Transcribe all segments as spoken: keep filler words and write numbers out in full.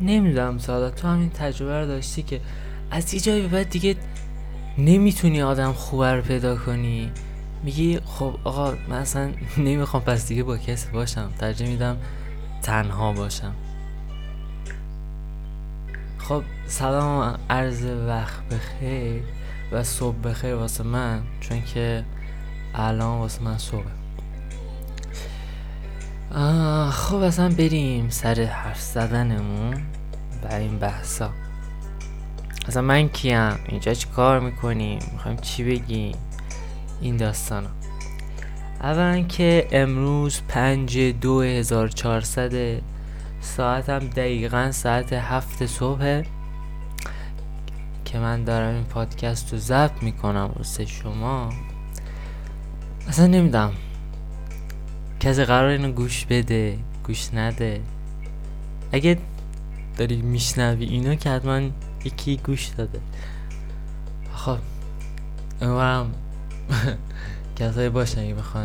نمیدونم سالا تو همین تجربه رو داشتی که از یه جایی به بعد دیگه نمیتونی آدم خوبه رو پیدا کنی، میگی خب آقا من اصلا نمیخوام پس دیگه با کسی باشم، ترجیح میدم تنها باشم. خب سلام، عرض وقت بخیر و صبح بخیر واسه من، چون که الان واسه من صبح. خب اصلا بریم سر حرف زدنمون و این بحثا. اصلا من کیم؟ اینجا چی کار میکنیم؟ میخوایم چی بگیم؟ این داستانا. اولا که امروز پنج دو هزار چهارصد، ساعتم دقیقا ساعت هفت صبح که من دارم این پادکست رو ضبط میکنم واسه شما. اصلا نمیدم کسی قرار اینو گوش بده گوش نده. اگه داری میشنوی اینو که حتما یکی گوش داده. خب امیدوارم کسایی باشن که بخوان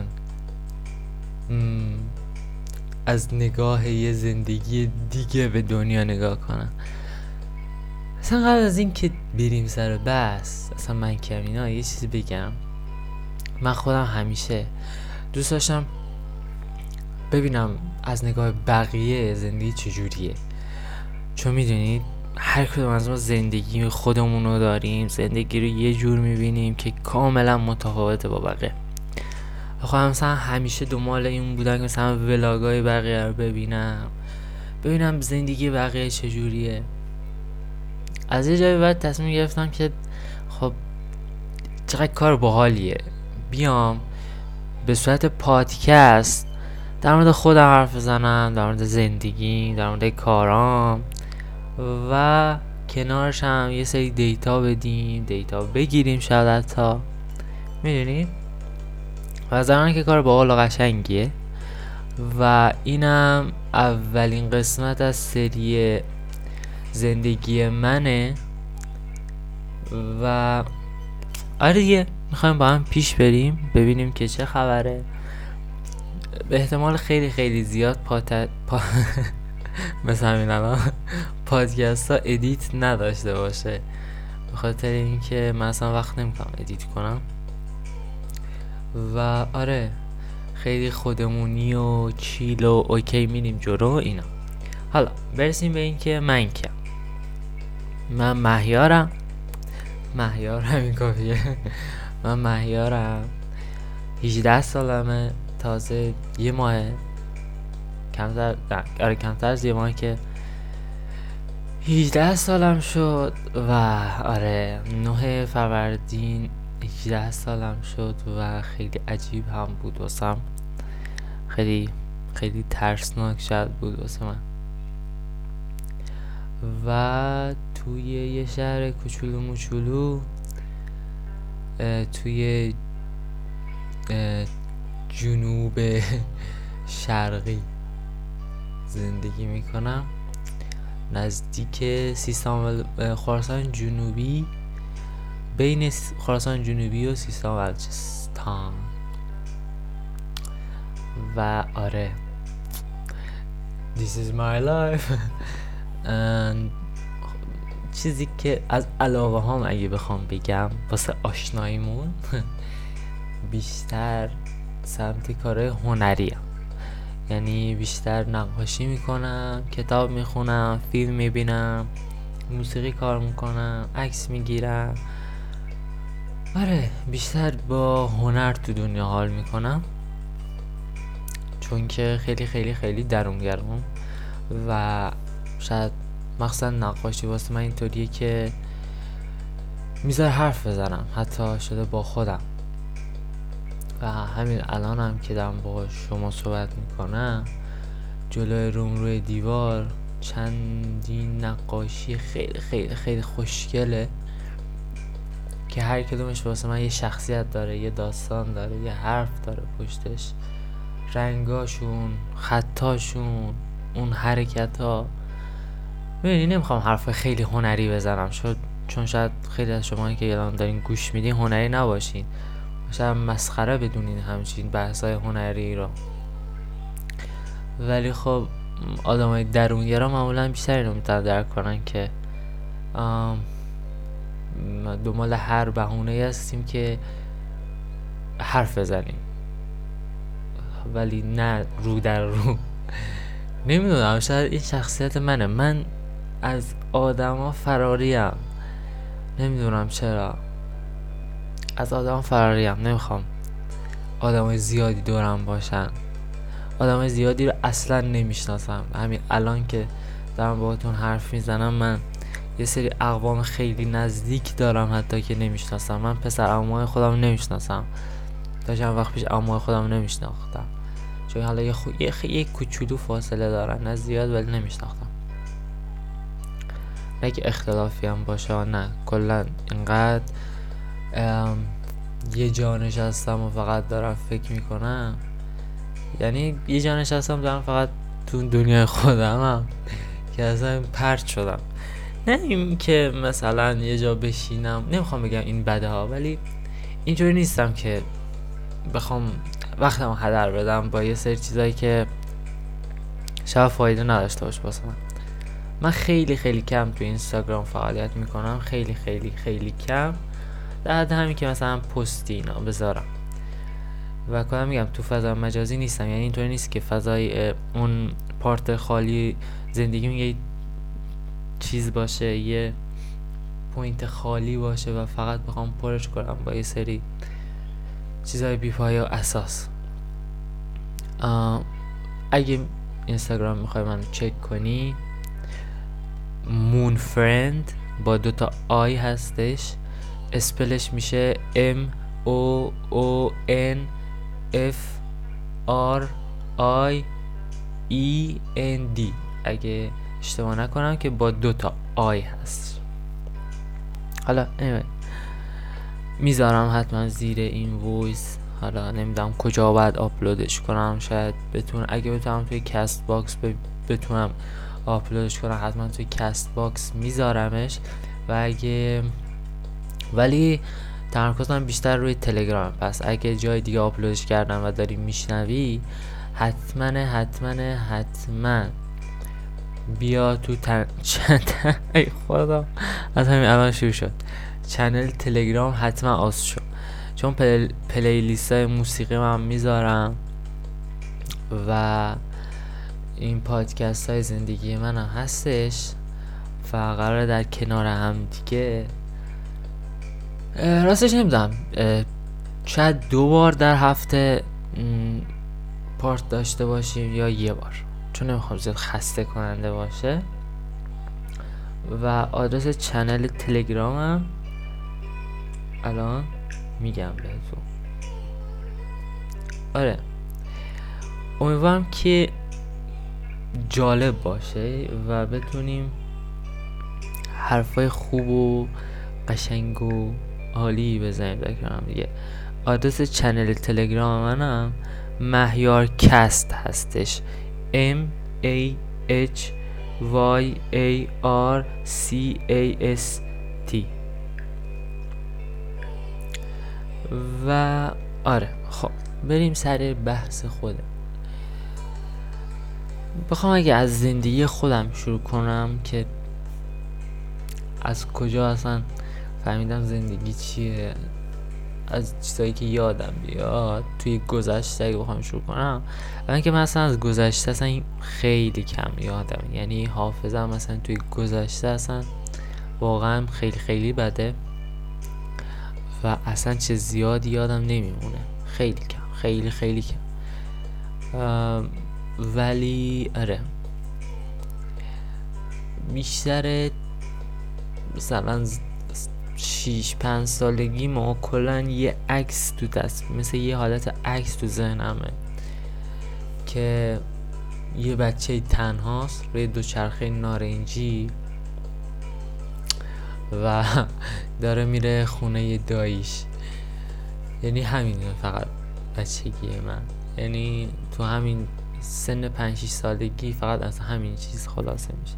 از نگاه یه زندگی دیگه به دنیا نگاه کنن. اصلا قبل از این که بریم سر بحث، اصلا من کمینا یه چیزی بگم. من خودم همیشه دوست داشتم ببینم از نگاه بقیه زندگی چجوریه، چون میدونید هر کدوم از ما زندگی خودمون رو داریم، زندگی رو یه جور میبینیم که کاملا متفاوته با بقیه. خودم مثلا همیشه دنبال این بودم که مثلا ولاگای بقیه رو ببینم ببینم زندگی بقیه چجوریه. از یه جایی بعد تصمیم گرفتم که خب چقدر کار باحالیه بیام به صورت پادکست در مورد خودم حرف بزنم، در مورد زندگی، در مورد کارام، و کنارش هم یه سری دیتا بدیم، دیتا بگیریم شاید حتی، میدونید؟ و از درمان که کار باحال و قشنگیه. و اینم اولین قسمت از سری زندگی منه و آره دیگه میخوایم با هم پیش بریم ببینیم که چه خبره. به احتمال خیلی خیلی زیاد پات پا... مثل همین الان پادکست ها ادیت نداشته باشه، به خاطر اینکه من اصلا وقت نمیکنم ادیت کنم. و آره خیلی خودمونی و چیل و اوکی میریم جلو اینا. حالا برسیم به این که من کیم. من مهیارم. مهیار همین کافیه. من مهیارم، هجده سالمه، تازه یه ماه کمتر آره کمتر از یه ماه که هجده سالم شد. و آره نه فروردین هجده سالم شد و خیلی عجیب هم بود واسم، خیلی خیلی ترسناک شد بود واسه من. و توی یه شهر کوچولو موچولو توی جنوب شرقی زندگی میکنم، نزدیک سیستان خراسان جنوبی، بین خراسان جنوبی و سیستان بلوچستان. و آره This is my life. چیزی که از علاقه هام اگه بخوام بگم واسه آشناییمون بیشتر سمت کارهای هنری هم. یعنی بیشتر نقاشی میکنم، کتاب میخونم، فیلم میبینم، موسیقی کار میکنم، عکس میگیرم. آره بیشتر با هنر تو دنیا حال میکنم، چون که خیلی خیلی خیلی درونگرم و شاید مخصوصا نقاشی واسه من اینطوریه که میذاره حرف بزنم، حتی شده با خودم. و همین الان هم که دارم با شما صحبت میکنم جلوی روم روی دیوار چندین نقاشی خیلی خیلی خیلی خوشگله که هر کدومش واسه من یه شخصیت داره، یه داستان داره، یه حرف داره پشتش، رنگاشون، خطاشون، اون حرکت ها. ببینی نمیخوام حرف خیلی هنری بزنم شد، چون شاید خیلی از شما که الان دارین گوش میدین هنری نباشین، شاید مسخره بدونین همچین بحثای هنری رو. ولی خب آدم های درونگرا معمولا بیشتر اینو میتونن درک کنن که دنبال هر بهونه‌ای هستیم که حرف بزنیم، ولی نه رو در رو. نمیدونم، شاید این شخصیت منه. من از آدما فراریم، نمیدونم چرا از آدم فراریم. نمیخوام آدمای زیادی دورم باشن، آدمای زیادی رو اصلا نمیشناسم. همین الان که دارم باهاتون حرف میزنم من یه سری اقوام خیلی نزدیک دارم حتی که نمیشناسم. من پسر عموهای خودم نمیشناسم، تا چند وقت پیش عموهای خودم نمیشناختم، چون حالا یه خو... یه, خ... یه کوچولو فاصله دارن، نه زیاد ولی نمیشناختم. نه که اختلافی هم باشه، نه کلا اینقدر ام... یه جا نشستم و فقط دارم فکر میکنم، یعنی یه جا نشستم دارم فقط تو دنیای خودم هم که اصلا پرت شدم. نه این که مثلا یه جا بشینم، نمیخوام بگم این بده ها، ولی اینجوری نیستم که بخوام وقتم هدر بدم با یه سری چیزایی که شاید فایده نداشته باشه واسه من. من خیلی خیلی کم تو اینستاگرام فعالیت میکنم، خیلی خیلی خیلی کم، در حد همین که مثلا پستی اینا بذارم و کلا میگم تو فضای مجازی نیستم. یعنی اینطوری نیست که فضای اون پارت خالی زندگیم یه چیز باشه، یه پوینت خالی باشه و فقط بخوام پرش کنم با یه سری چیزای بی‌پایه و اساس. اگه اینستاگرام میخوای من چک کنی، مون فرند با دوتا آی هستش، اسپلش میشه M O O N F R I E N D اگه اشتباه نکنم، که با دوتا آی هست. حالا anyway میذارم حتما زیر این وایس، حالا نمیدونم کجا باید آپلودش کنم، شاید بتونم اگه بتونم توی کست باکس بتونم آپلودش کنم حتما توی کست باکس میذارمش، و اگه ولی تمرکزم بیشتر روی تلگرام. پس اگه جای دیگه آپلودش کردم و داری میشنوی، حتما حتما حتما بیا تو تن... چند ای خدا از همین الان شروع شد چنل تلگرام حتما آس شد، چون پل... پلیلیست های موسیقی من میذارم و این پادکست های زندگی من هم هستش و قراره در کنار هم دیگه، راستش نمیدونم شاید دو بار در هفته پارت داشته باشیم یا یه بار، چون نمیخوام زیاد خسته کننده باشه. و آدرس چنل تلگرامم الان میگم بهتون. آره امیدوارم که جالب باشه و بتونیم حرفای خوب و قشنگ و عالی بزنیم در کنار دیگه. آدرس چنل تلگرام منم مهیار کست هستش، M A H Y A R C A S T. و آره خب بریم سر بحث خودم. بخوام اگه از زندگی خودم شروع کنم که از کجا اصلا فهمیدم زندگی چیه، از چیزایی که یادم بیاد توی گذشته اگه بخوام شروع کنم، الان که من اصلا از گذشته اصلا خیلی کم یادم، یعنی حافظم مثلا توی گذشته اصلا واقعا خیلی خیلی بده و اصلا چه زیادی یادم نمیمونه، خیلی کم خیلی خیلی کم. ولی آره بیشتر مثلا شیش پنج سالگی ما کلن یه عکس تو دست، مثل یه حالت عکس تو ذهنمه که یه بچه تنهاست روی دوچرخه نارنجی و داره میره خونه داییش. یعنی همینه فقط بچگی من، یعنی تو همین سن پنج شیش سالگی فقط از همین چیز خلاصه میشه.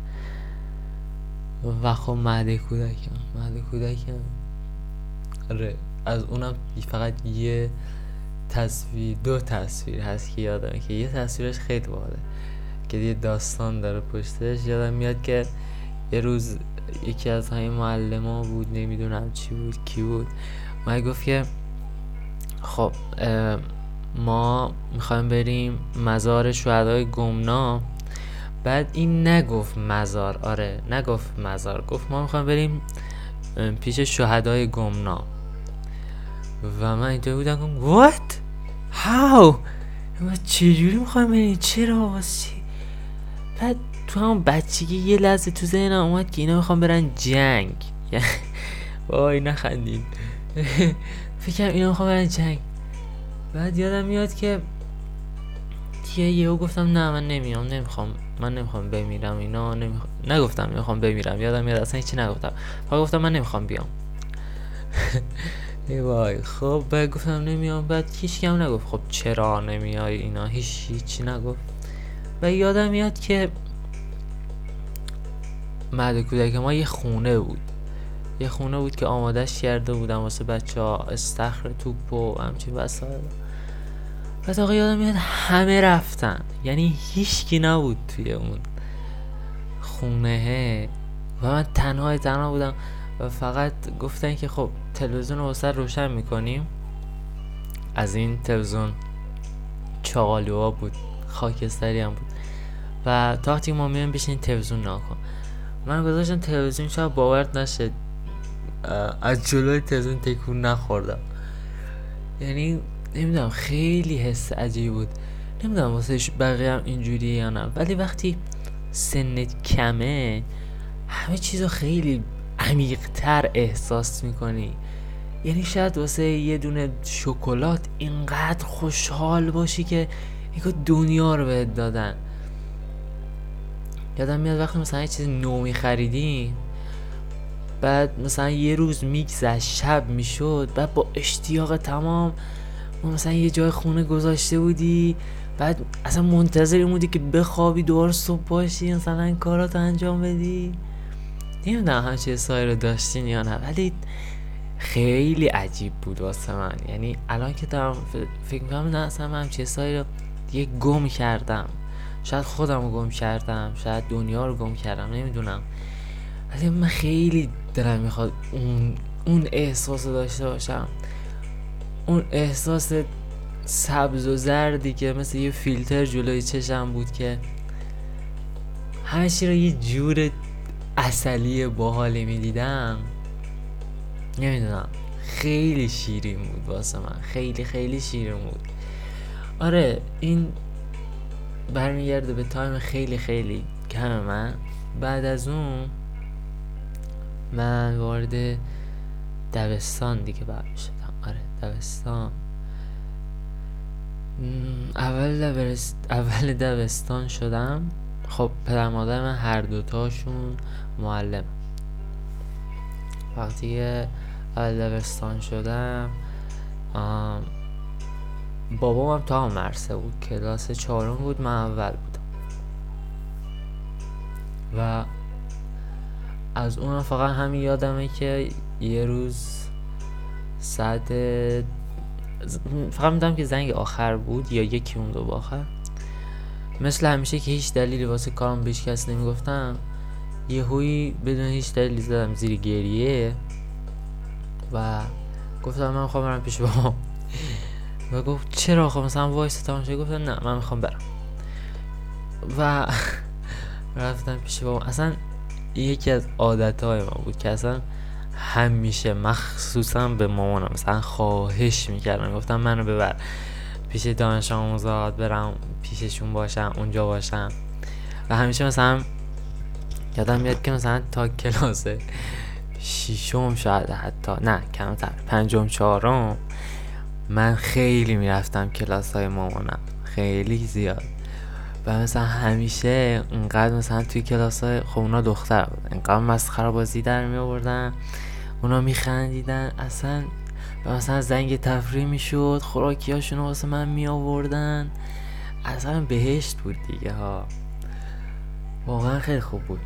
و خب مهد کودکم مهد کودکم آره از اونم فقط یه تصویر دو تصویر هست که یادمه، که یه تصویرش خیلی باحاله که یه داستان داره پشتش. یادم میاد که یه روز یکی از همین معلم بود، نمیدونم چی بود کی بود، ما گفت که خب ما میخوایم بریم مزار شهدای گمنام. بعد این نگفت مزار، آره نگفت مزار، گفت ما میخوایم بریم پیش شهدای گمنام. و من اینطور بودم گفتم what how ما چجوری میخوایم بریم، چرا، واسه چی؟ بعد تو هم بچگی یه لحظه تو ذهنم اومد که اینا میخوام برن جنگ. وای نخندین. فکرم اینا میخوام برن جنگ. بعد یادم میاد که دیگه یهو گفتم نه من نمیام، نمیخوام، من نمیخوام بمیرم، اینا نمیخوام. نگفتم نمیخوام بمیرم، یادم میاد اصلا هیچی نگفتم، فقط گفتم من نمیخوام بیام. ای وای. خب بعد گفتم نمیام. بعد هیچ کم نگفت خب چرا نمیای، اینا هیچ هیچی نگفت. و یادم میاد که مهد کودک ما یه خونه بود، یه خونه بود که آمادش کرده بودن واسه بچه ها، استخر، توپ و همچین وسایل. بعد آقا یادم میاد همه رفتن، یعنی هیچ کی نبود توی اون خونه و من تنهای تنها بودم و فقط گفتن که خب تلویزیون رو واسه روشن میکنیم. از این تلویزیون چاقالوها بود، خاکستری هم بود و تا وقتی ما میایم بشین تلویزیون نکن. من گذاشتم تلویزیون، شاید باورت نشه از جلوی تلویزیون تکون نخوردم. یعنی نمیدونم خیلی حس عجیبی بود، نمیدونم واسه بقیه هم اینجوریه یا نه، ولی وقتی سنت کمه همه چیزو خیلی عمیق‌تر احساس میکنی. یعنی شاید واسه یه دونه شکلات اینقدر خوشحال باشی که اینکه دنیا رو بهت دادن. یادم میاد وقتی مثلا یه چیز نو میخریدی، بعد مثلا یه روز میگذشت شب میشد، بعد با اشتیاق تمام مثلا یه جای خونه گذاشته بودی، بعد اصلا منتظر بودی که بخوابی دوباره صبح باشی مثلا این کاراتو انجام بدی. نمیدونم همچه حسایی رو داشتین یا نه، ولی خیلی عجیب بود واسه من. یعنی الان که دارم فکر میکنم نه اصلا من همچه حسایی رو دیگه گم کردم، شاید خودم رو گم کردم، شاید دنیا رو گم کردم، نمیدونم، ولی من خیلی دلم میخواد اون اون احساس رو داشته باشم، اون احساس سبز و زردی که مثل یه فیلتر جلوی چشم بود که همه چی رو یه جور عسلی باحالی میدیدم. نمیدونم خیلی شیرین بود واسه من، خیلی خیلی شیرین بود. آره این برمیگرده به تایم خیلی خیلی کم من. بعد از اون من وارد دبستان دیگه برمی شدم. آره دبستان اول دبست... اول دبستان شدم. خب پدر مادر من هر دوتاشون معلم. وقتی اول دبستان شدم بابام هم تا مرسه بود، کلاس چهارم بود، من اول بودم و از اونم فقط همین یادمه که یه روز ساعت فقط میدونم که زنگ آخر بود یا یکی اون دو با آخر، مثل همیشه که هیچ دلیلی واسه کارم بهش کس نمیگفتم، یه هوی بدون هیچ دلیلی زدم زیر گریه و گفتم من میخوام برم پیش بابام و گفت چرا؟ خب مثلا وایس تماشا. گفتم نه من میخوام برم و رفتم پیش بابام. اصلا یکی از عادتهای من بود که اصلا همیشه مخصوصا به مامانم مثلا خواهش میکردم، گفتم منو ببر پیش دانش آموزات، برم پیششون باشم، اونجا باشم. و همیشه مثلا یادم میاد که مثلا تا کلاس ششم شاید حتی نه کمتر پنجم چهارم من خیلی میرفتم کلاس های مامانم، خیلی زیاد. و مثلا همیشه اینقدر مثلا توی کلاس های خب اونا دختر بود، اینقدر مسخره بازی در می آوردن، اونا میخندیدن اصلا. و مثلا زنگ تفریح میشد، خوراکی هاشونو واسه من می آوردن، اصلا بهشت بود دیگه ها، واقعا خیلی خوب بود.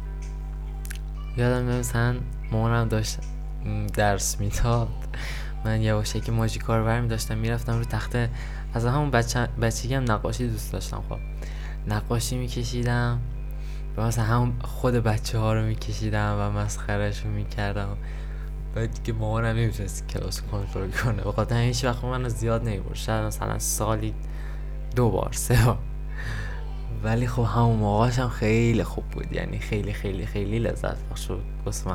یادم مثلا مامانم داشت درس میداد، من یواشکی ماژیکا رو برمی داشتم میرفتم رو تخته. از همون بچه بچگی هم نقاشی دوست داشتم. خب نقاشی میکشیدم و مثلا هم خود بچه ها رو میکشیدم و مسخرهشون میکردم. بعد دیگه مامانم نمیتونست کلاس کنترل کنه، بخاطر هیچ وقت منو زیاد نمیبرد، شاید مثلا سالی دو بار سه بار. ولی خب همون موقعش هم خیلی خوب بود، یعنی خیلی خیلی خیلی لذت بخش بود واسه من.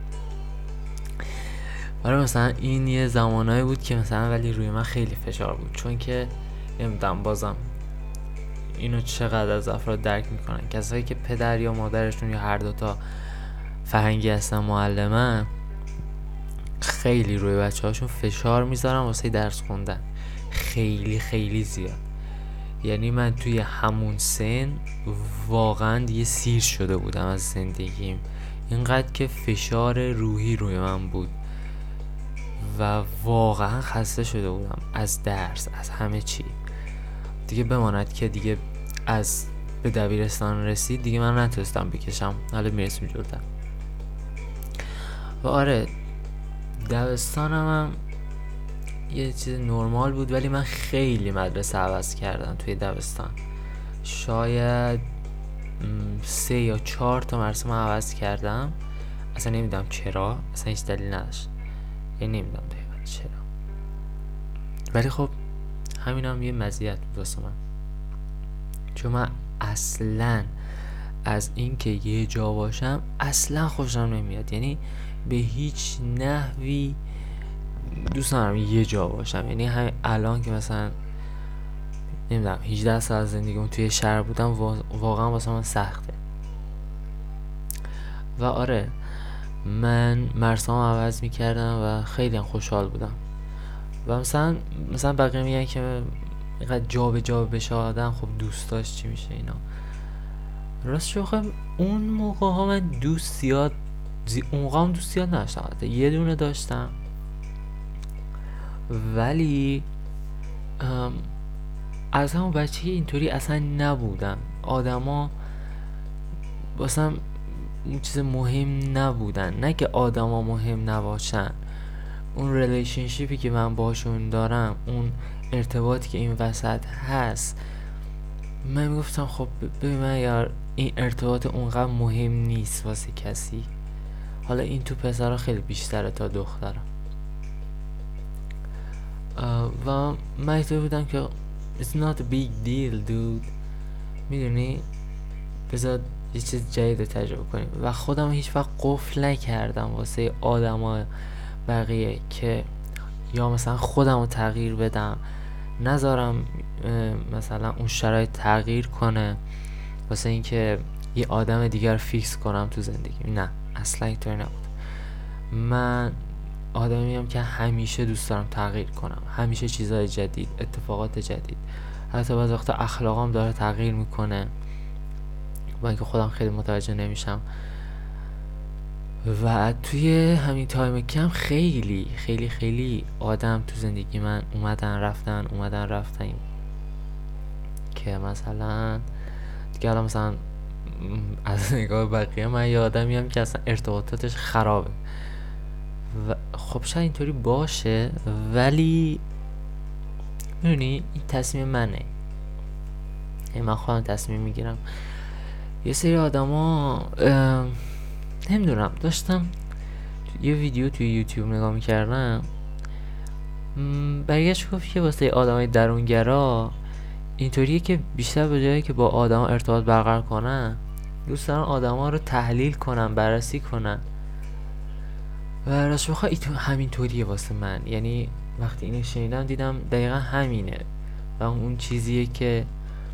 برای مثلا این یه زمانایی بود که مثلا ولی روی من خیلی فشار بود، چون که نمیدونم بازم اینو چقدر از افراد درک میکنن، کسایی که پدر یا مادرشون یا هر دوتا فرهنگی هستن، معلمن، خیلی روی بچه هاشون فشار میذارن واسه درس خوندن، خیلی خیلی زیاد. یعنی من توی همون سن واقعا دیگه سیر شده بودم از زندگیم، اینقدر که فشار روحی روی من بود و واقعا خسته شده بودم از درس، از همه چی. دیگه بماند که دیگه از به دبیرستان رسید دیگه من نتونستم بکشم، حالا میرسیم جلوتر. و آره دبستانم هم یه چیز نرمال بود، ولی من خیلی مدرسه عوض کردم توی دبستان. شاید سه یا چهار تا مدرسه من عوض کردم، اصلا نمیدونم چرا، اصلا هیچ دلیل نداشت، یعنی نمیدونم دقیقا چرا. ولی خب همین هم یه مزیت بود واسه من، چون من اصلا از این که یه جا باشم اصلا خوشم نمیاد، یعنی به هیچ نحوی دوست ندارم یه جا باشم. یعنی همین الان که مثلا نمیدونم هجده سال از زندگیم توی شهر بودم، واقعا واسه من سخته. و آره من مرسام عوض میکردم و خیلی خوشحال بودم. و مثلا مثلا بقیه میگن که اینقدر جا به جا بشه آدم، خب دوستاش چی میشه اینا. راست شو اون موقع ها من دوست زیاد زی... اون موقع هم دوست زیاد نداشتم، یه دونه داشتم، ولی از همون بچه اینطوری اصلا نبودن آدما، واسم اون چیز مهم نبودن. نه که آدما مهم نباشن، اون ریلیشنشیپی که من باشون دارم، اون ارتباطی که این وسط هست، من میگفتم خب ببین من یار این ارتباط اونقدر مهم نیست واسه کسی. حالا این تو پسرها خیلی بیشتره تا دخترها. و من اینطور بودم که it's not a big deal dude، میدونی بذار یه چیز جدید رو تجربه کنیم. و خودم هیچ وقت قفل نکردم واسه آدم ها بقیه که یا مثلا خودم رو تغییر بدم، نذارم مثلا اون شرایط تغییر کنه واسه اینکه یه آدم دیگر فیکس کنم تو زندگی. نه اصلا اینطوری نبود. من آدمیم که همیشه دوست دارم تغییر کنم، همیشه چیزهای جدید، اتفاقات جدید. حتی بعضی وقتا اخلاقام داره تغییر میکنه با اینکه خودم خیلی متوجه نمیشم. و توی همین تایم کم خیلی خیلی خیلی آدم تو زندگی من اومدن رفتن اومدن رفتن که مثلا دیگه الان مثلا از نگاه بقیه من یه آدمیم که اصلا ارتباطاتش خرابه. و خب شاید اینطوری باشه، ولی میدونی این تصمیم منه، یعنی من خودم تصمیم میگیرم. یه سری آدم ها نمیدونم، داشتم یه ویدیو توی یوتیوب نگاه میکردم، برگشت گفت که واسه آدم های درونگرا اینطوریه که بیشتر به جایی که با آدم ها ارتباط برقرار کنن، دوست دارن آدم ها رو تحلیل کنن، بررسی کنن. و راست بخواه همین طوریه واسه من. یعنی وقتی اینو شنیدم دیدم دقیقا همینه و اون چیزیه که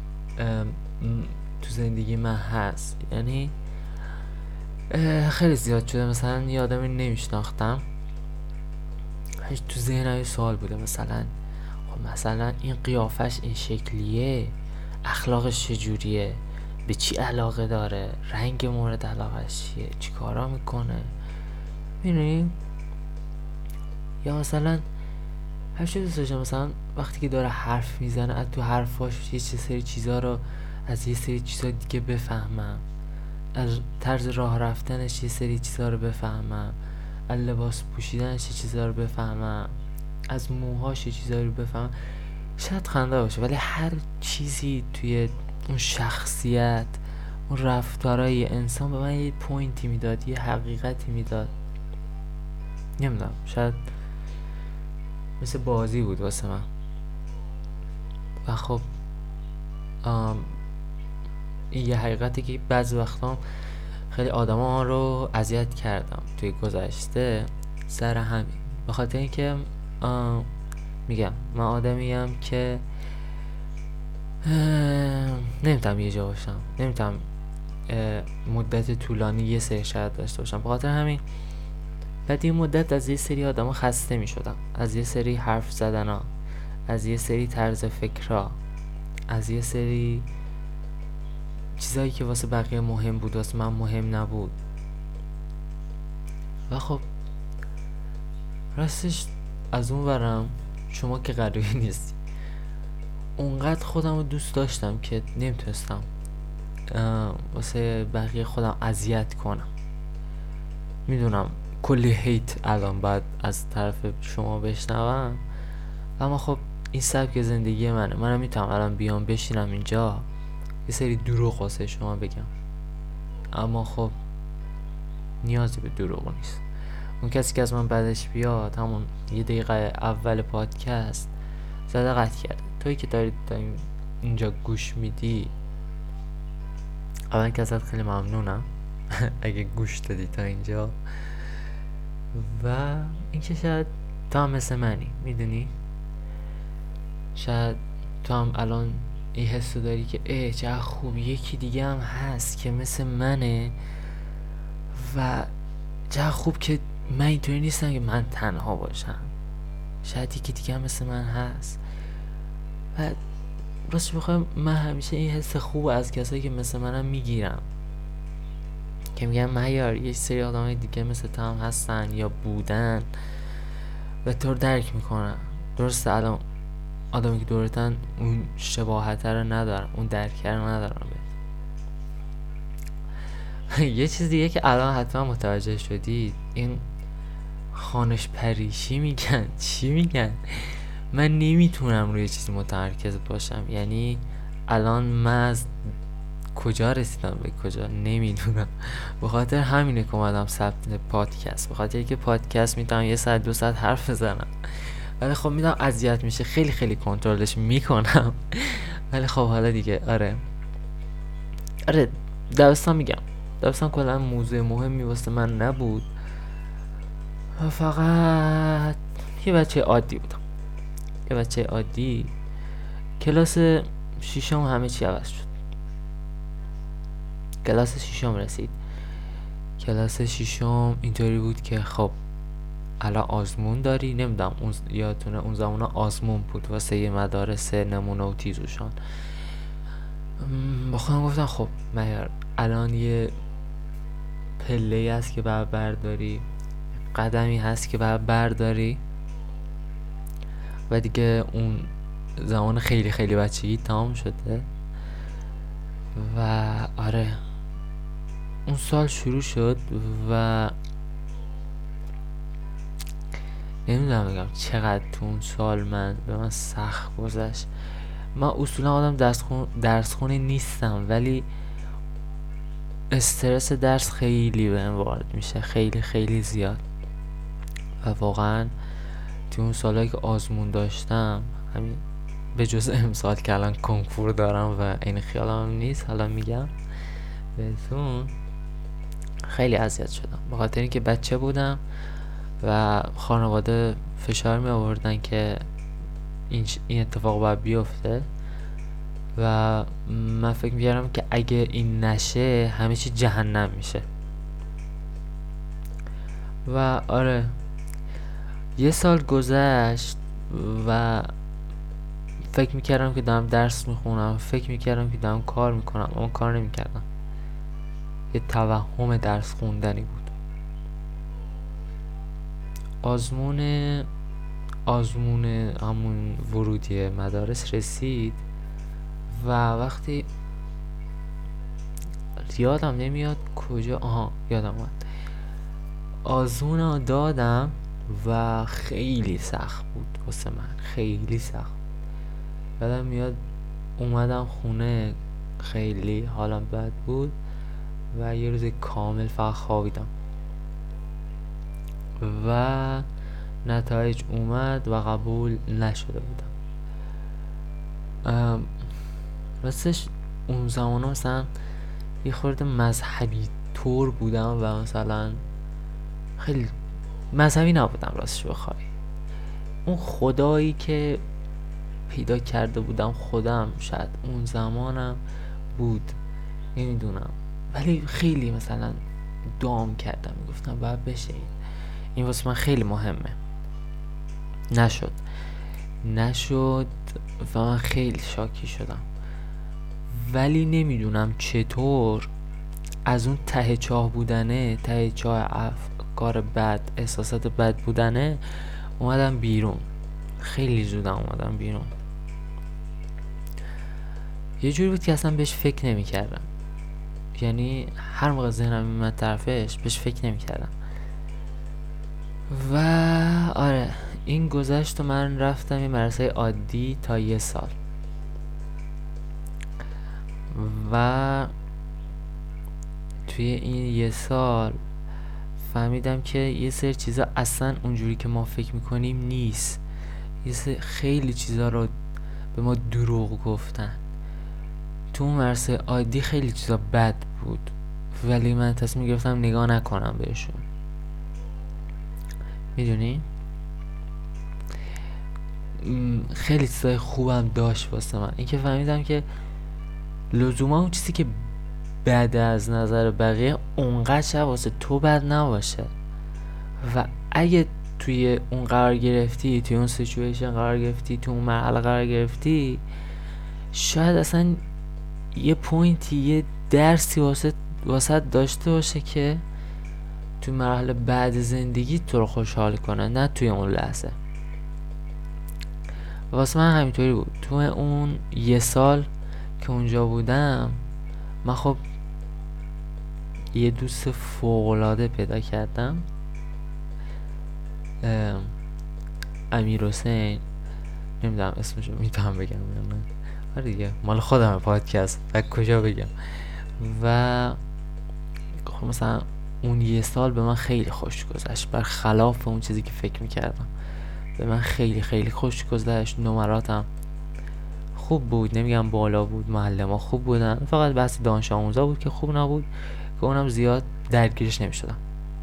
تو زندگی من هست. یعنی خیلی زیاد شده مثلا یه آدمی نمیشناختم، هیچ تو ذهنم یه سوال بوده، مثلا خب مثلا این قیافش این شکلیه، اخلاقش چجوریه، به چی علاقه داره، رنگ مورد علاقهش چیه، چی کارا میکنه، میدونی؟ یا مثلا هر چیز دوست داشتم مثلا وقتی که داره حرف میزنه از تو حرفاش یه سری چیزا رو از یه سری چیزا دیگه بفهمم، از طرز راه رفتنش یه سری چیزا رو بفهمم، از لباس پوشیدنش یه چیزا رو بفهمم، از موهاش یه چیزا رو بفهمم. شاید خنده باشه ولی هر چیزی توی اون شخصیت، اون رفتارای انسان به من یه پوینتی میداد، یه حقیقتی میداد. نمیدونم، شاید مثل بازی بود واسه من. و خب این یه حقیقتی که بعضی وقتا خیلی آدما رو اذیت کردم توی گذشته سر همین. به خاطر اینکه میگم من آدمیم که نمیتونم یه جا باشم، نمیتونم مدت طولانی یه سری شاید داشته باشم. به خاطر همین بعد یه مدت از یه سری آدما خسته میشدم، از یه سری حرف زدن ها، از یه سری طرز فکرها، از یه سری چیزایی که واسه بقیه مهم بود واسه من مهم نبود. و خب راستش از اون ورم شما که قریبی نیستی، اونقدر خودم رو دوست داشتم که نمیتونستم واسه بقیه خودم اذیت کنم. میدونم کلی هیت الان باید از طرف شما بشنوم، اما خب این سبک زندگی منه. منم میتونم الان بیام بشینم اینجا یه سری دروغ واسه شما بگم، اما خب نیازی به دروغ نیست. اون کسی که از من بعدش بیاد همون یه دقیقه اول پادکست زده قطع کرده. تویی که داری اینجا گوش میدی، اول که ازت خیلی ممنونم اگه گوش دادی تا اینجا. و اینکه شاید تو هم مثل منی، میدونی، شاید تو هم الان این حسو داری که ای چه خوب یکی دیگه هم هست که مثل منه و چه خوب که من اینطوری نیستم که من تنها باشم، شاید یکی دیگه هم مثل من هست. و راستش بخوام من همیشه این حس خوب از کسایی که مثل منم میگیرم که میگن مهیار یه سری آدمای دیگه مثل تو هم هستن یا بودن و تو رو درک میکنن. درسته الان آدمی که دورتن اون شباهت رو ندارن، اون درک رو ندارن. یه چیز دیگه که الان حتما متوجه شدید، این خانش پریشی میگن، چی میگن؟ من نمیتونم روی چیزی متمرکز باشم. یعنی الان من از کجا رسیدم به کجا نمیدونم. به خاطر همینه که اومدم ثبت پادکست، به خاطر اینکه پادکست میتونم یه ساعت دو ساعت حرف بزنم، ولی خب میدونم اذیت میشه، خیلی خیلی کنترلش میکنم. ولی خب حالا دیگه آره آره دبستان میگم دبستان کلا موضوع مهمی واسه من نبود و فقط یه بچه عادی بودم، یه بچه عادی. کلاس شیشم همه چی عوض شد. کلاس شیشم رسید. کلاس شیشم اینطوری بود که خب الان آزمون داری. نمیدونم اون یادتونه اون زمان آزمون بود واسه یه مدارس نمونه و تیزوشان. با خودم گفتم خب مهیار الان یه پله‌ای هست که باید برداری، قدمی هست که باید برداری و دیگه اون زمان خیلی خیلی بچگی تمام شده. و آره اون سال شروع شد و نمیدونم بگم چقدر تو اون سال من به من سخت گذشت. من اصولا آدم درس خون درس خونه نیستم، ولی استرس درس خیلی بهم وارد میشه، خیلی خیلی زیاد. و واقعا تو اون سالایی که آزمون داشتم، همین به جز امسال که الان کنکور دارم و این خیالم نیست حالا میگم بهتون، خیلی اذیت شدم به خاطر اینکه بچه بودم و خانواده فشار می آوردن که این این اتفاق باید بیفته و من فکر می‌کردم که اگه این نشه همه چی جهنم میشه. و آره یه سال گذشت و فکر میکردم که دارم درس میخونم، فکر میکردم که دارم کار میکنم، اما کار نمیکردم. یه توهم درس خوندنی بود. آزمون آزمون همون ورودی مدارس رسید و وقتی یادم نمیاد کجا آها یادم اومد آزمون رو دادم و خیلی سخت بود واسه من، خیلی سخت. یادم میاد اومدم خونه خیلی حالم بد بود و یه روز کامل فقط خوابیدم و نتایج اومد و قبول نشده بودم. راستش اون زمان مثلا یه خورده مذهبی طور بودم و مثلا خیلی مذهبی نبودم راستش بخوای. اون خدایی که پیدا کرده بودم خودم شاید اون زمانم بود، نمیدونم، ولی خیلی مثلا دام کردم، میگفتم باید بشه، این واسه من خیلی مهمه. نشد نشد و من خیلی شاکی شدم، ولی نمیدونم چطور از اون ته چاه بودنه، ته چاه افکار بد، احساسات بد بودنه اومدم بیرون. خیلی زودم اومدم بیرون. یه جوری بود که اصلا بهش فکر نمی کردم، یعنی هر موقع ذهنم میمد طرفش بهش فکر نمی کردم. و آره این گذشت و من رفتم یه مدرسه عادی تا یه سال و توی این یه سال فهمیدم که یه سری چیزا اصلا اونجوری که ما فکر میکنیم نیست. یه سری خیلی چیزا رو به ما دروغ گفتن. تو اون مدرسه عادی خیلی چیزا بد بود، ولی من تصمیم گرفتم نگاه نکنم بهشون. میدونی؟ خیلی چیزای خوبم داشت واسه من. این که فهمیدم که لزوما اون چیزی که بد از نظر بقیه اونقدر شب واسه تو بد نباشه و اگه توی اون قرار گرفتی، توی اون سیچویشن قرار گرفتی، توی اون مرحله قرار گرفتی، شاید اصلا یه پوینتی، یه درسی واسه واسه داشته باشه که توی مرحله بعد زندگی تو رو خوشحال کنه، نه توی اون لحظه. واسه من همینطوری بود. تو اون یه سال که اونجا بودم من خب یه دوست فوق‌العاده پیدا کردم، امیر حسین، نمیدونم اسمشو میتونم بگم یا نه. آره دیگه مال خودم پادکست، و کجا بگم. و خب مثلا اون یه سال به من خیلی خوش گذشت، برخلاف اون چیزی که فکر میکردم. به من خیلی خیلی خوش گذشت. نمراتم خوب بود، نمیگم بالا بود، معلم ها خوب بودن، فقط بحث دانش آموزا بود که خوب نبود، که اونم زیاد درگیرش نمیشدم.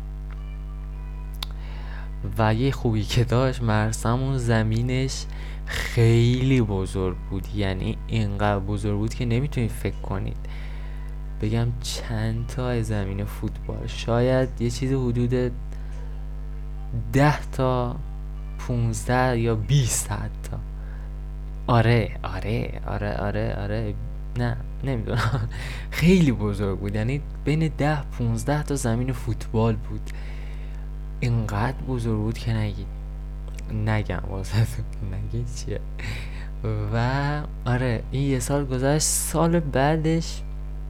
و یه خوبی که داشت، مرسمون زمینش خیلی بزرگ بود، یعنی اینقدر بزرگ بود که نمیتونید فکر کنید. بگم چند تا زمین فوتبال، شاید یه چیز حدود ده تا پونزده یا بیست حتی. آره آره آره آره آره نه نمیدونم خیلی بزرگ بود، یعنی بین ده پونزده تا زمین فوتبال بود. اینقدر بزرگ بود که نگید نگم واسه نگید چیه. و آره این یه سال گذشت. سال بعدش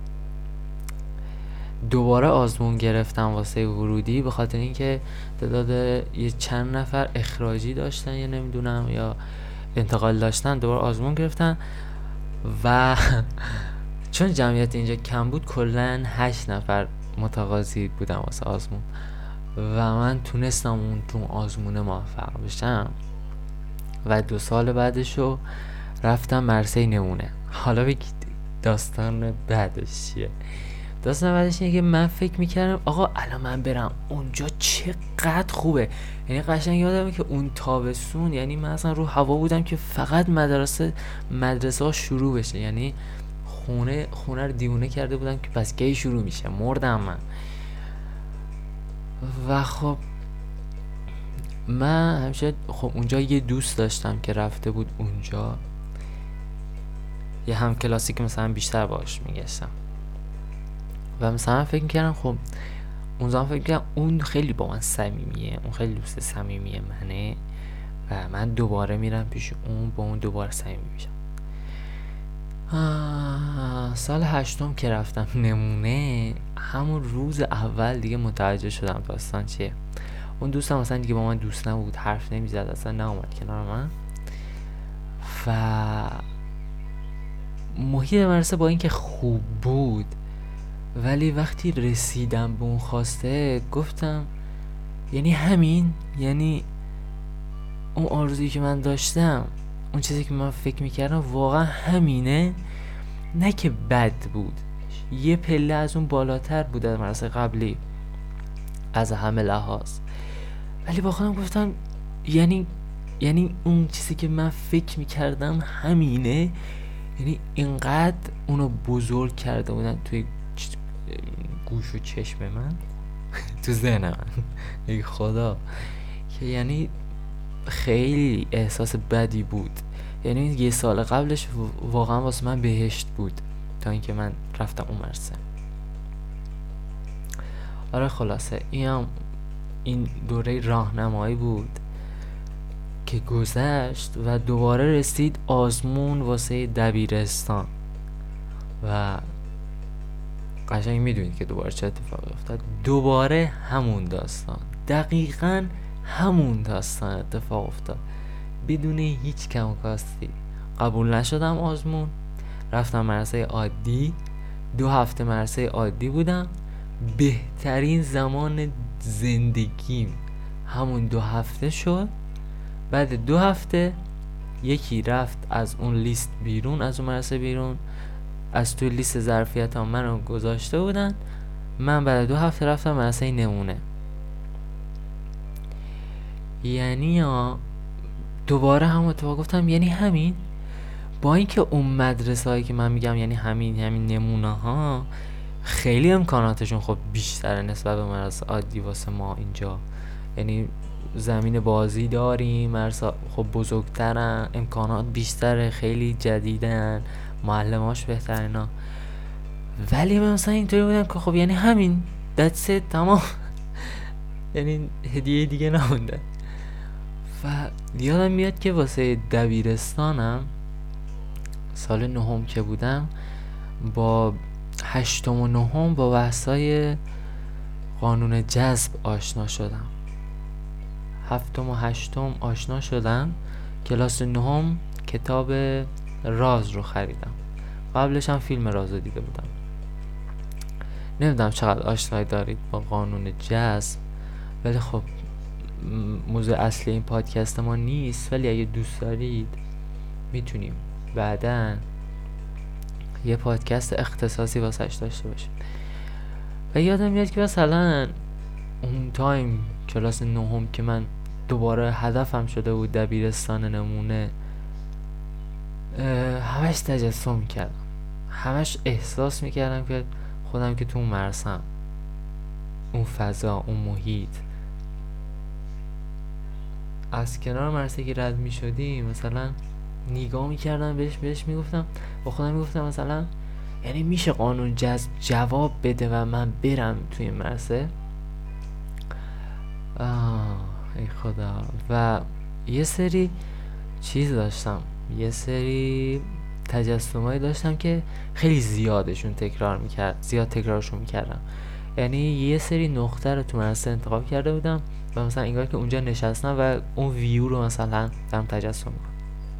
دوباره آزمون گرفتم واسه ورودی، به خاطر اینکه تعداد یه چند نفر اخراجی داشتن یا نمیدونم یا انتقال داشتن، دوباره آزمون گرفتن و چون جمعیت اینجا کم بود کلن هشت نفر متقاضی بودن واسه آزمون و من تونستم اون تو آزمون موفق بشم و دو سال بعدشو رفتم مدرسه نمونه. حالا بگید داستان بعدش چیه؟ داستان بعدش اینه که من فکر میکردم آقا الان من برم اونجا چقدر خوبه. یعنی قشنگ یادمه که اون تابستون، یعنی من اصلا رو هوا بودم که فقط مدرسه مدرسه ها شروع بشه، یعنی خونه خونه رو دیونه کرده بودم که پس کی شروع میشه، مردم من. و خب من همیشه خب اونجا یه دوست داشتم که رفته بود اونجا، یه هم کلاسی که مثلا بیشتر باهاش میگشتم و مثلا فکر میکردم خب اون زمان فکر میکردم اون خیلی با من صمیمیه، اون خیلی دوست صمیمی منه و من دوباره میرم پیش اون، با اون دوباره صمیمی میشم. سال هشتم که رفتم نمونه، همون روز اول دیگه متوجه شدم داستان چیه. اون دوستم اصلا دیگه با من دوست نبود، حرف نمیزد، اصلا ناامد کنار من و محیط مدرسه با اینکه خوب بود، ولی وقتی رسیدم به اون خواسته گفتم یعنی همین، یعنی اون آرزویی که من داشتم، اون چیزی که من فکر میکردم واقعا همینه. نه که بد بود، یه پله از اون بالاتر بود از مدرسه قبلی از همه لحاظ، ولی با خودم گفتم یعنی یعنی اون چیزی که من فکر میکردم همینه. یعنی اینقدر اونو بزرگ کرده بودن توی گوش و چشم من تو ذهن من ای خدا، که یعنی خیلی احساس بدی بود. یعنی یه سال قبلش واقعا واسه من بهشت بود تا اینکه من رفتم اون مدرسه. آره خلاصه این این دوره راهنمایی بود که گذشت و دوباره رسید آزمون واسه دبیرستان و قشنگ میدونید که دوباره چه اتفاقی افتاد. دوباره همون داستان، دقیقاً همون داستان اتفاق افتاد بدون هیچ کم و کاستی. قبول نشدم آزمون، رفتم مدرسه عادی، دو هفته مدرسه عادی بودم. بهترین زمان زندگیم همون دو هفته شد. بعد دو هفته یکی رفت از اون لیست بیرون، از اون مدرسه بیرون، از توی لیست ظرفیت ها منو گذاشته بودن. من بعد دو هفته رفتم مدرسه نمونه. یعنی دوباره هم اتفاق گفتم یعنی همین. با اینکه اون مدرسه هایی که من میگم یعنی همین همین نمونه ها خیلی امکاناتشون خب بیشتره نسبت به مدرسه عادی واسه ما اینجا. یعنی زمین بازی داریم، مدرسه خب بزرگترن، امکانات بیشتره، خیلی جدیدن، معلماش بهترینا. ولی من مثلا اینطوری بودم که خب یعنی همین that's it تمام یعنی هدیه دیگه نمونده. و یادم میاد که واسه دبیرستانم سال نهم که بودم با هشتم و نهم با بحثای قانون جذب آشنا شدم. هفتم و هشتم آشنا شدم. کلاس نهم کتاب راز رو خریدم. قبلش هم فیلم راز رو دیده بودم. نمیدونم چقدر آشنایی دارید با قانون جذب، ولی خب موضوع اصلی این پادکست ما نیست، ولی اگه دوست دارید میتونیم بعداً یه پادکست اختصاصی واسش داشته باشیم. و یادم میاد که مثلا اون تایم کلاس نهم که من دوباره هدفم شده بود دبیرستان نمونه، همش تجسم میکردم، همش احساس میکردم که خودم که تو اون مرسم، اون فضا، اون محیط. از کنار مرسه که رد میشدیم مثلا نگاه میکردم بهش بهش میگفتم با خودم میگفتم مثلا یعنی میشه قانون جذب جواب بده و من برم توی مرسه؟ آه ای خدا. و یه سری چیز داشتم، یه سری تجسمایی داشتم که خیلی زیادشون تکرار میکرد زیاد تکرارشون میکردم. یعنی یه سری نقطه رو تو مرسه انتخاب کرده بودم و مثلا انگار که اونجا نشستم و اون ویو رو مثلا دارم تجسم میکنم.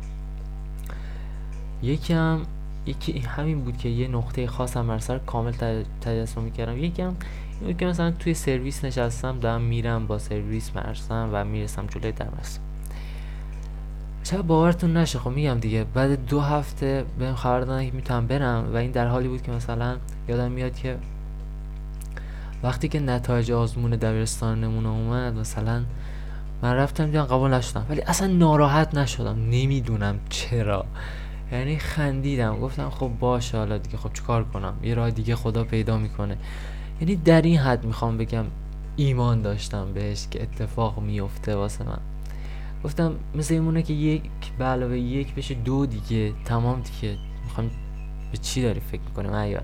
یکی هم یکی همین بود که یه نقطه خاص هم مرسه رو کامل تجسم میکردم. یکی هم این بود که مثلا توی سرویس نشستم دارم میرم با سرویس مرسم و میرسم جلوی در مرسم. شاید باورتون نشه، خب میگم دیگه بعد دو هفته بهم خبر دادن که میتونم برم و این در حالی بود که مثلا یادم میاد که وقتی که نتایج آزمون دبیرستان نمونه اومد مثلا من رفتم دیدم قبول نشدم، ولی اصلا ناراحت نشدم، نمیدونم چرا. یعنی خندیدم، گفتم خب باشه حالا دیگه، خب چیکار کنم، یه راه دیگه خدا پیدا میکنه. یعنی در این حد میخوام بگم ایمان داشتم بهش که اتفاق میفته واسه من. گفتم مثل اینمونه که یک به علاوه یک بشه دو دیگه، تمام دیگه، میخوام به چی داری فکر میکنیم عیار.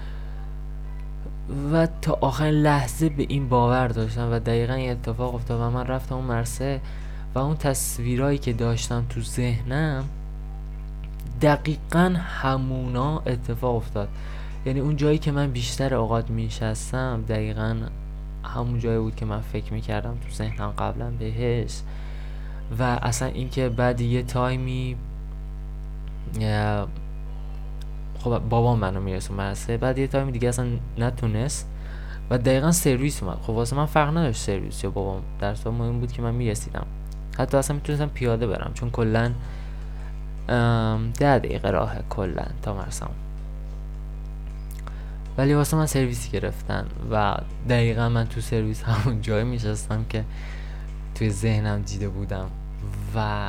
و تا آخرین لحظه به این باور داشتم و دقیقا این اتفاق افتاد و من رفتم اون مرسه و اون تصویرایی که داشتم تو ذهنم دقیقا همونا اتفاق افتاد. یعنی اون جایی که من بیشتر اوقات میشستم دقیقا همون جایی بود که من فکر میکردم تو ذهنم قبلا بهش. و اصلا این که بعد یه تایمی خب بابام منو میرسون مدرسه، بعد یه تایم دیگه اصلا نتونست و دقیقا سرویس اومد. خب واسه من فرق نداشت سرویس یا بابام، درس مهم بود که من میرسیدم، حتی اصلا میتونستم پیاده برم چون کلا ده دقیقه راه کلا تا مرسم، ولی واسه من سرویس گرفتن و دقیقا من تو سرویس همون جایی میشستم که توی ذهنم دیده بودم و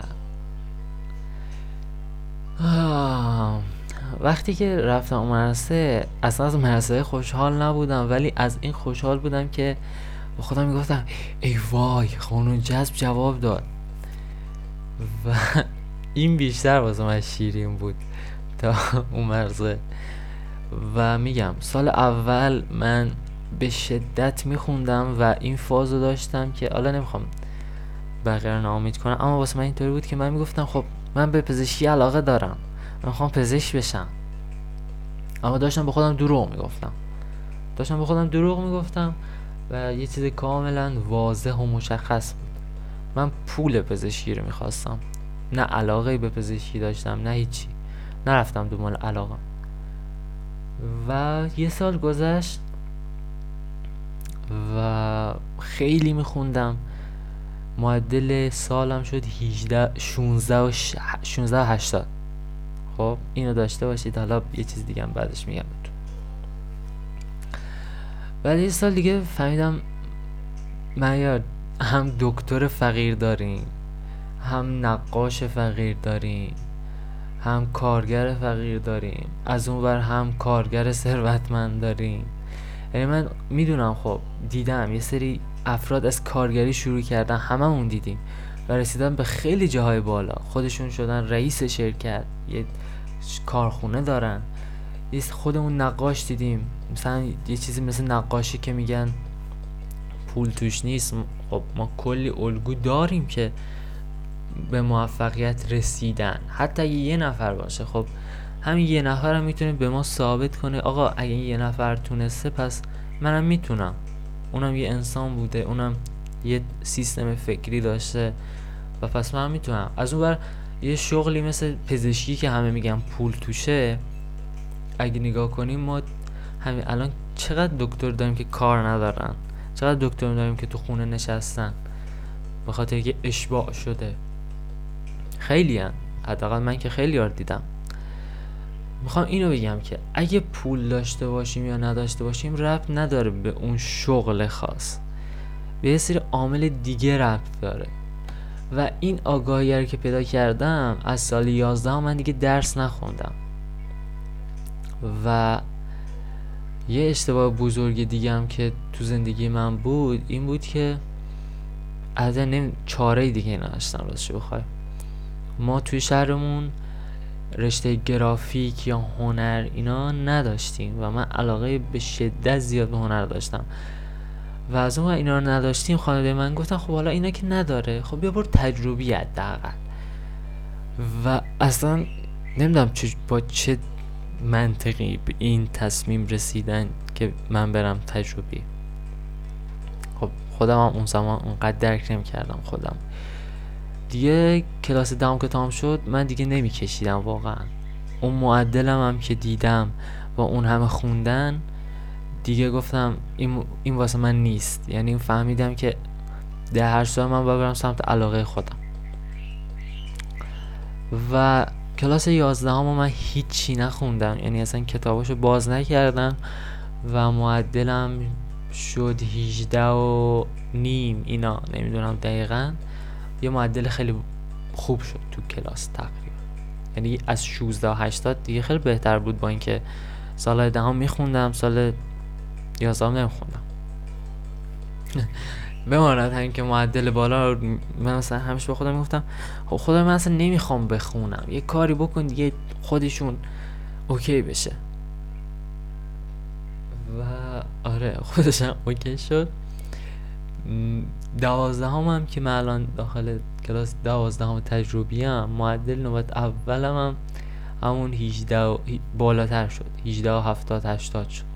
آه. وقتی که رفتم اون مدرسه اصلا از مدرسه خوشحال نبودم، ولی از این خوشحال بودم که با خودم میگفتم ای وای قانون جذب جواب داد و این بیشتر واسه من شیرین بود تا اون مدرسه. و میگم سال اول من به شدت میخوندم و این فازو داشتم که حالا نمیخوام بقیه رو ناامید کنم، اما واسه من اینطوری بود که من میگفتم خب من به پزشکی علاقه دارم، من میخوام پزشک بشم، اما داشتم به خودم دروغ میگفتم داشتم به خودم دروغ میگفتم و یه چیز کاملا واضح و مشخص بود. من پول پزشکی رو میخواستم، نه علاقه به پزشکی داشتم، نه هیچی، نرفتم دنبال علاقه. و یه سال گذشت و خیلی میخوندم، معدل سالم شد هجده شانزده و شانزده و هشتاد. خب اینو داشته باشید، حالا یه چیز دیگه هم بعدش میگم بهتون. بعد یه سال دیگه فهمیدم معیار هم دکتر فقیر داریم، هم نقاش فقیر داریم، هم کارگر فقیر داریم، از اون ور هم کارگر ثروتمند داریم. یعنی من میدونم، خب دیدم یه سری افراد از کارگری شروع کردن، هممون دیدیم و رسیدن به خیلی جاهای بالا، خودشون شدن رئیس شرکت، یه کارخونه دارن. یه خودمون نقاش دیدیم، مثلا یه چیزی مثل نقاشی که میگن پول توش نیست، خب ما کلی الگو داریم که به موفقیت رسیدن، حتی یه نفر باشه، خب همین یه نفر هم میتونه به ما ثابت کنه آقا اگه یه نفر تونسته پس منم میتونم. اونم یه انسان بوده، اونم یه سیستم فکری داشته و پس منم میتونم. از اون بر یه شغلی مثل پزشکی که همه میگن پول توشه، اگه نگاه کنیم ما همین الان چقدر دکتر داریم که کار ندارن، چقدر دکتر داریم که تو خونه نشستن به خاطر که اشباع شده. خیلی هن. حداقل من که خیلی یار دیدم. میخوام اینو بگم که اگه پول داشته باشیم یا نداشته باشیم ربط نداره به اون شغل خاص، به یه سری عامل دیگه ربط داره. و این آگاهی رو که پیدا کردم از سال یازده من دیگه درس نخوندم. و یه اشتباه بزرگ دیگه هم که تو زندگی من بود این بود که از نمی چاره دیگه نداشتم راستش بخوای. ما توی شهرمون رشته گرافیک یا هنر اینا نداشتیم و من علاقه به شدت زیاد به هنر داشتم و از اون اینا رو نداشتیم. خانواده من گفتن خب حالا اینا که نداره، خب بیا برو تجربی حداقل. و اصلا نمیدونم چه با چه منطقی به این تصمیم رسیدن که من برم تجربی. خب خودم هم اون زمان اونقدر درک نمی کردم خودم. دیگه کلاس دهم که تمام شد من دیگه نمی کشیدم واقعا. اون معدلم هم که دیدم و اون همه خوندن دیگه گفتم این, این واسه من نیست. یعنی فهمیدم که در هر سال من باید برم سمت علاقه خودم. و کلاس یازدهم من هیچی نخوندم، یعنی اصلا کتاباشو باز نکردم و معدلم شد هجده و نیم اینا، نمیدونم دقیقاً. یه معدل خیلی خوب شد تو کلاس تقریبا، یعنی از شانزده و هشتاد دیگه خیلی بهتر بود با اینکه سال دهم میخوندم سال یازدهم نمیخوندم. بماند همین که معدل بالا رو من مثلا همیشه به خودم میگفتم خب خدا من اصلا نمیخوام بخونم، یه کاری بکن دیگه خودشون اوکی بشه. و آره خودشم اوکی شد. دوازدهم هم که من الان داخل کلاس دوازدهم تجربی هم معدل نوبت اولم هم همون هجده و بالاتر شد، هجده و هفتاد هشتاد شد.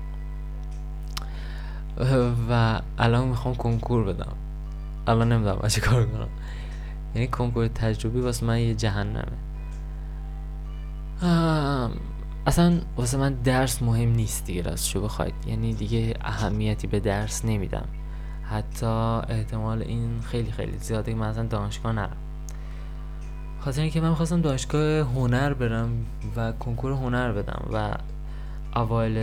و الان میخوام کنکور بدم، الان نمیدونم چه کار کنم. یعنی کنکور تجربی واسه من یه جهنمه. اصلا واسه من درس مهم نیست دیگه، راستشو بخواید، یعنی دیگه اهمیتی به درس نمیدم. حتی احتمال این خیلی خیلی زیاده که من اصلا دانشگاه نرم، خاطر اینکه من میخواستم دانشگاه هنر برم و کنکور هنر بدم و اوایل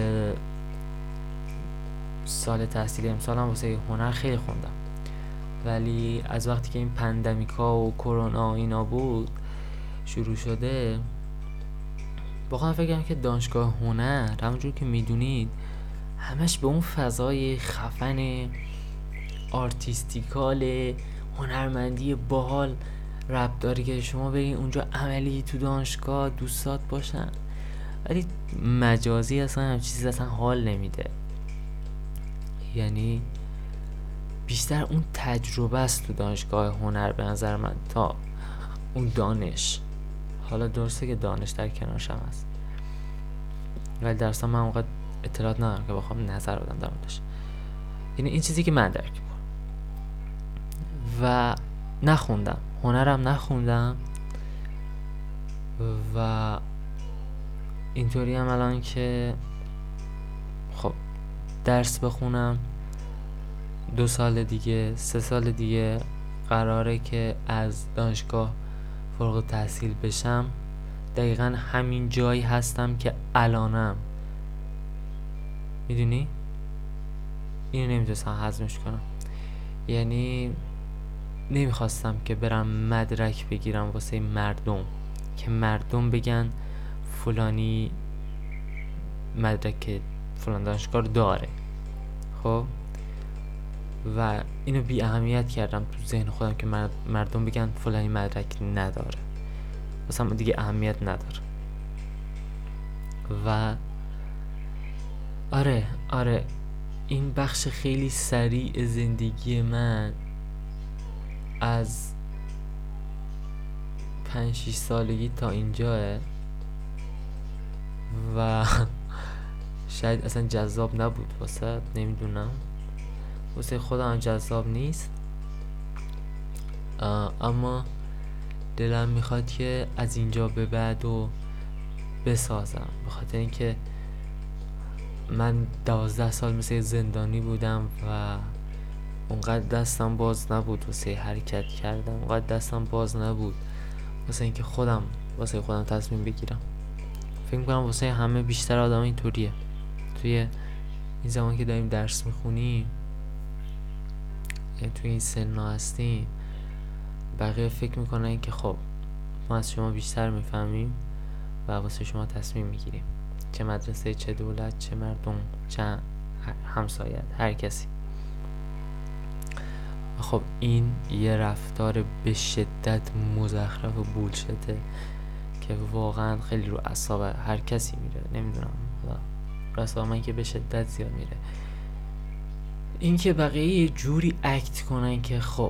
سال تحصیلی امسالم واسه هنر خیلی خوندم، ولی از وقتی که این پندمیکا و کرونا و اینا بود شروع شده، واقعا فکر کنم که دانشگاه هنر همونجور که میدونید همش به اون فضای خفن آرتیستیکال هنرمندی باحال ربط داره که شما برید اونجا عملی تو دانشگاه دوستات باشن، ولی مجازی اصلا هم چیزی اصلا حال نمیده. یعنی بیشتر اون تجربه است تو دانشگاه هنر به نظر من تا اون دانش. حالا درسته که دانش در کنارش هم هست، ولی درستا من اونقدر اطلاعات ندارم که بخوام نظر بدم در موردش. یعنی این چیزی که من درک میکنم و نخوندم، هنرم نخوندم و اینطوری هم الان که خب درس بخونم دو سال دیگه سه سال دیگه قراره که از دانشگاه فارغ التحصیل بشم، دقیقا همین جایی هستم که الانم. میدونی؟ اینو نمیتونستم هضمش کنم. یعنی نمیخواستم که برم مدرک بگیرم واسه مردم که مردم بگن فلانی مدرک فلان دانشگاه رو داره، خب، و اینو بی اهمیت کردم تو ذهن خودم که مردم بگن فلانی مدرک نداره، واسه هم دیگه اهمیت نداره. و آره آره این بخش خیلی سریع زندگی من از پنج شیش سالگی تا اینجاه و شاید اصلا جذاب نبود واسه، نمیدونم، واسه خودم جذاب نیست، اما دلم میخواد که از اینجا به بعد و بسازم، بخاطر اینکه من دوازده سال مثل زندانی بودم و اونقدر دستم باز نبود واسه حرکت کردن، اونقدر دستم باز نبود واسه اینکه خودم واسه خودم تصمیم بگیرم. فکر میکنم واسه همه بیشتر آدم اینطوریه. توی این زمان که داریم درس میخونیم، توی این سنا هستیم، بقیه فکر میکنن که خب ما از شما بیشتر میفهمیم و واسه شما تصمیم میگیریم، چه مدرسه، چه دولت، چه مردم، چه همسایت، هر کسی. خب این یه رفتار به شدت مزخرف و بولشته که واقعا خیلی رو اعصاب هر کسی میره، نمیدونم، خدا رو اعصاب من که به شدت زیاد میره. این که بقیه یه جوری اکت کنن که خب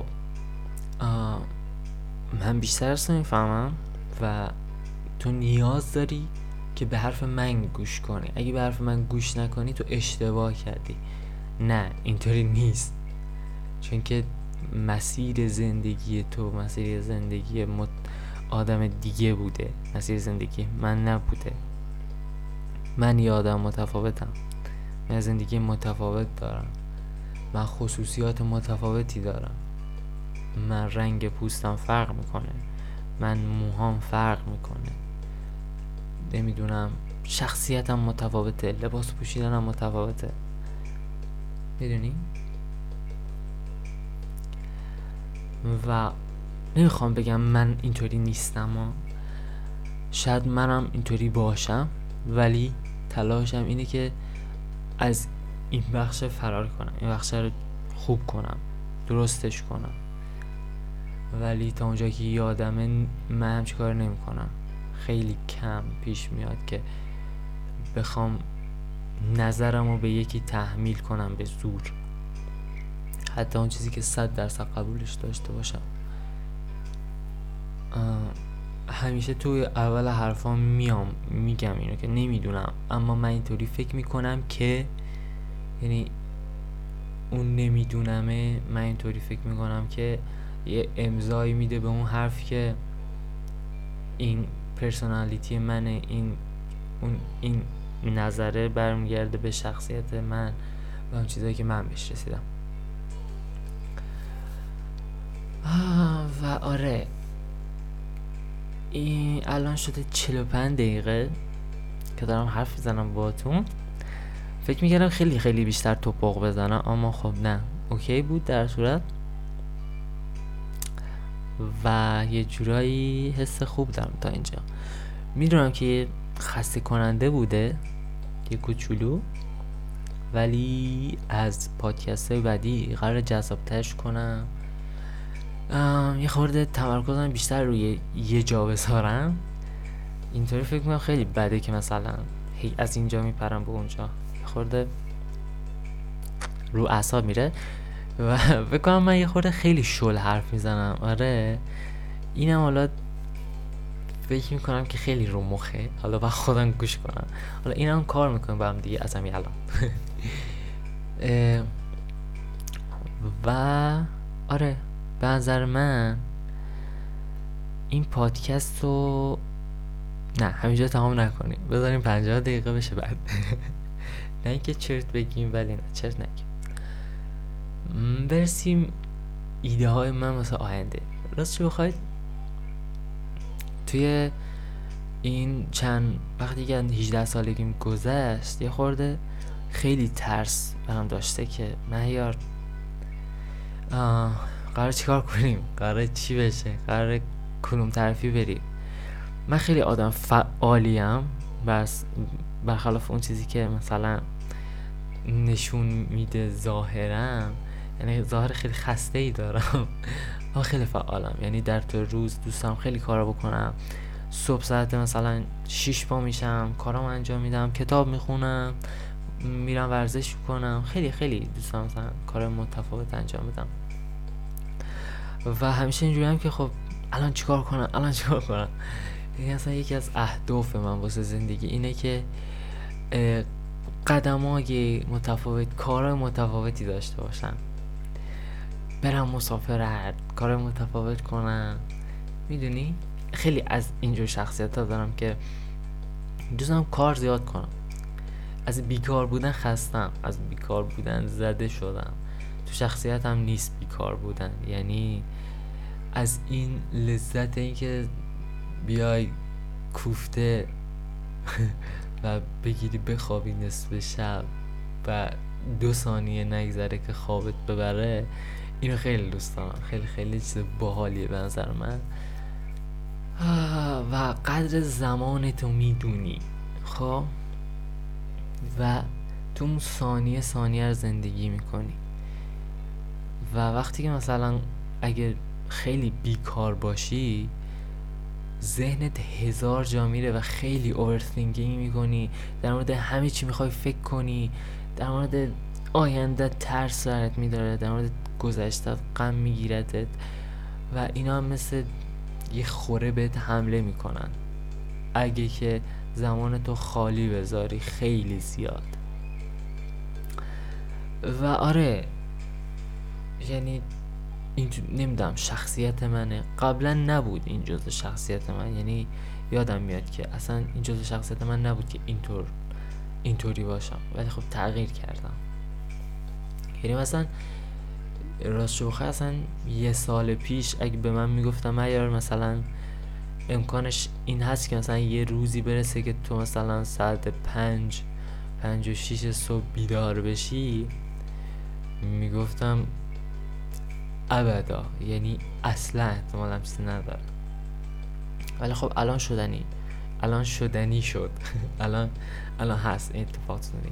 من بیشتر از تو میفهمم و تو نیاز داری که به حرف من گوش کنی، اگه به حرف من گوش نکنی تو اشتباه کردی. نه، اینطوری نیست، چون که مسیر زندگی تو مسیر زندگی مت... آدم دیگه بوده، مسیر زندگی من نبوده. من یه آدم متفاوتم، من زندگی متفاوت دارم، من خصوصیات متفاوتی دارم، من رنگ پوستم فرق میکنه، من موهام فرق میکنه، نمیدونم، شخصیتم متفاوته، لباس پوشیدنم متفاوته، میدونی؟ و نمیخوام بگم من اینطوری نیستم ها. شاید منم اینطوری باشم، ولی تلاشم اینه که از این بخش فرار کنم، این بخش رو خوب کنم، درستش کنم، ولی تا اونجا که یادمه من همچی کار نمی کنم. خیلی کم پیش میاد که بخوام نظرم رو به یکی تحمیل کنم به زور، حتی اون چیزی که صد درصد قبولش داشته باشم. همیشه توی اول حرفام میام میگم اینو که نمیدونم، اما من اینطوری فکر میکنم که، یعنی اون نمیدونمه من اینطوری فکر میکنم که یه امضایی میده به اون حرف که این پرسونالیتی منه، این اون این نظره برمیگرده به شخصیت من و اون چیزایی که من بهش رسیدم. و آره این الان شده چهل و پنج دقیقه که دارم حرف میزنم باهاتون. فکر میکردم خیلی خیلی بیشتر توپق بزنم، اما خب نه، اوکی بود در صورت. و یه جورایی حس خوب دارم تا اینجا. میدونم که خسته کننده بوده یه کوچولو، ولی از پادکست های بعدی قرار جذابترش کنم، یه خورده تمرکزم بیشتر روی یه جا بذارم. اینطوری فکر میکنم خیلی بده که مثلا هی از اینجا میپرم به اونجا، یه خورده رو اعصاب میره و بکنم من یه خورده خیلی شل حرف میزنم. آره اینم حالا فکر میکنم که خیلی رو مخه، حالا با خودم گوش کنم. حالا اینم کار میکنم با هم دیگه از همین الان. و آره به نظر من این پادکست رو نه همینجا تمام نکنیم، بذاریم پنجاه دقیقه بشه بعد. نه اینکه چرت بگیم، ولی نه چرت نگیم. برسیم ایده های من واسه آینده. راست چه بخواید توی این چند وقتی که هجده سالگیم گذشت یه خورده خیلی ترس برام داشته که مهیار قرار چیکار کنیم، قرار چی بشه، قرار کدوم طرفی بریم. من خیلی آدم فعالیم، بس برخلاف اون چیزی که مثلا نشون میده ظاهرم، یعنی ظاهر خیلی خسته ای دارم. من خیلی فعالم، یعنی در طول روز دوستم خیلی کارا بکنم. صبح ساعت مثلا شیش پا میشم، کارام انجام میدم، کتاب میخونم، میرم ورزش میکنم. خیلی خیلی دوستم مثلا کار متفاوت انجام بدم و همیشه اینجوری هم که خب الان چیکار کنم الان چیکار کنم. یعنی اصلا یکی از اهداف من واسه زندگی اینه که قدمای متفاوت، کارهای متفاوتی داشته باشم، برم مسافرت، کار متفاوت کنم. میدونی خیلی از اینجور شخصیت ها دارم که دوستم کار زیاد کنم. از بیکار بودن خستم، از بیکار بودن زده شدم. تو شخصیتم نیست بیکار بودن، یعنی از این لذت این که بیای کوفته و بگیری بخوابی نصف شب و دو ثانیه نگذره که خوابت ببره، اینو خیلی دوست دارم. خیلی خیلی چیز باحالیه به نظر من. و قدر زمان تو میدونی، خب، و تو اون ثانیه ثانیه رو زندگی میکنی و وقتی که مثلا اگه خیلی بیکار باشی ذهنت هزار جا میره و خیلی اوورثینکینگ میکنی، در مورد همه چی میخوای فکر کنی، در مورد آینده ترس برات میداره، در مورد گذشته غم میگیرتت و اینا هم مثل یه خوره بهت حمله میکنن اگه که زمان تو خالی بذاری خیلی زیاد. و آره یعنی این نمیدونم شخصیت منه، قبلا نبود این جزء شخصیت من، یعنی یادم میاد که اصلا این جزء شخصیت من نبود که اینطور اینطوری باشم، ولی خب تغییر کردم. یعنی مثلا راست شوخه اصلا یه سال پیش اگه به من میگفتم مهیار مثلا امکانش این هست که مثلا یه روزی برسه که تو مثلا ساعت پنج پنج و شیش صبح بیدار بشی، میگفتم ابدا، یعنی اصلا احتمال هم چیزی نداره. ولی خب الان شدنی الان شدنی شد. الان الان هست این اتفاق زندگی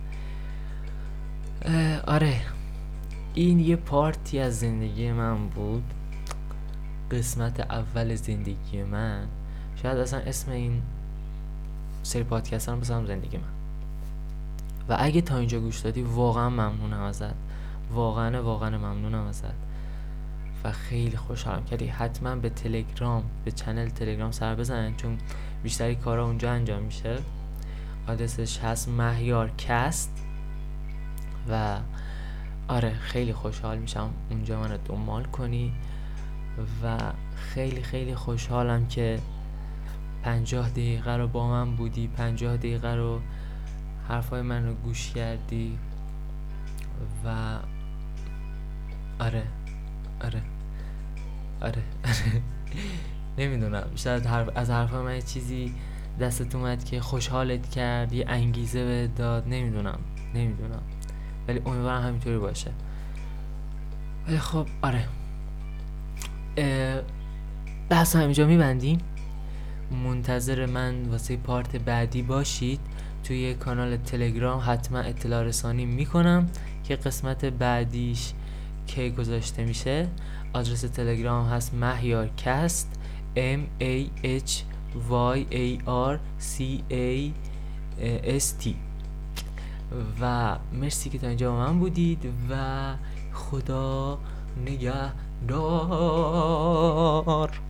من. آره این یه پارتی از زندگی من بود، قسمت اول زندگی من. شاید اصلا اسم این سری پادکست هم بذارم زندگی من. و اگه تا اینجا گوش دادی واقعا ممنونم ازت، واقعا واقعا ممنونم ازت و خیلی خوشحالم کردی. حتما به تلگرام، به چنل تلگرام سر بزن چون بیشتری کارا اونجا انجام میشه. آدرسش هست مهیار کست و آره خیلی خوشحال میشم اونجا منو دنبال کنی و خیلی خیلی خوشحالم که پنجاه دقیقه رو با من بودی، پنجاه دقیقه رو حرفای من رو گوش کردی و آره آره آره آره نمیدونم، شاید حرف از حرفای من چیزی دستت اومد که خوشحالت کرد، یه انگیزه بهت داد، نمیدونم نمیدونم ولی امیدوارم همینطوری باشه. ولی خب آره، بحث همینجا میبندیم. منتظر من واسه پارت بعدی باشید. توی کانال تلگرام حتما اطلاع رسانی میکنم که قسمت بعدیش کی گذاشته میشه. آدرس تلگرام هست مهیارکست M A H Y A R C A S T و مرسی که تا اینجا با من بودید و خدا نگهدار.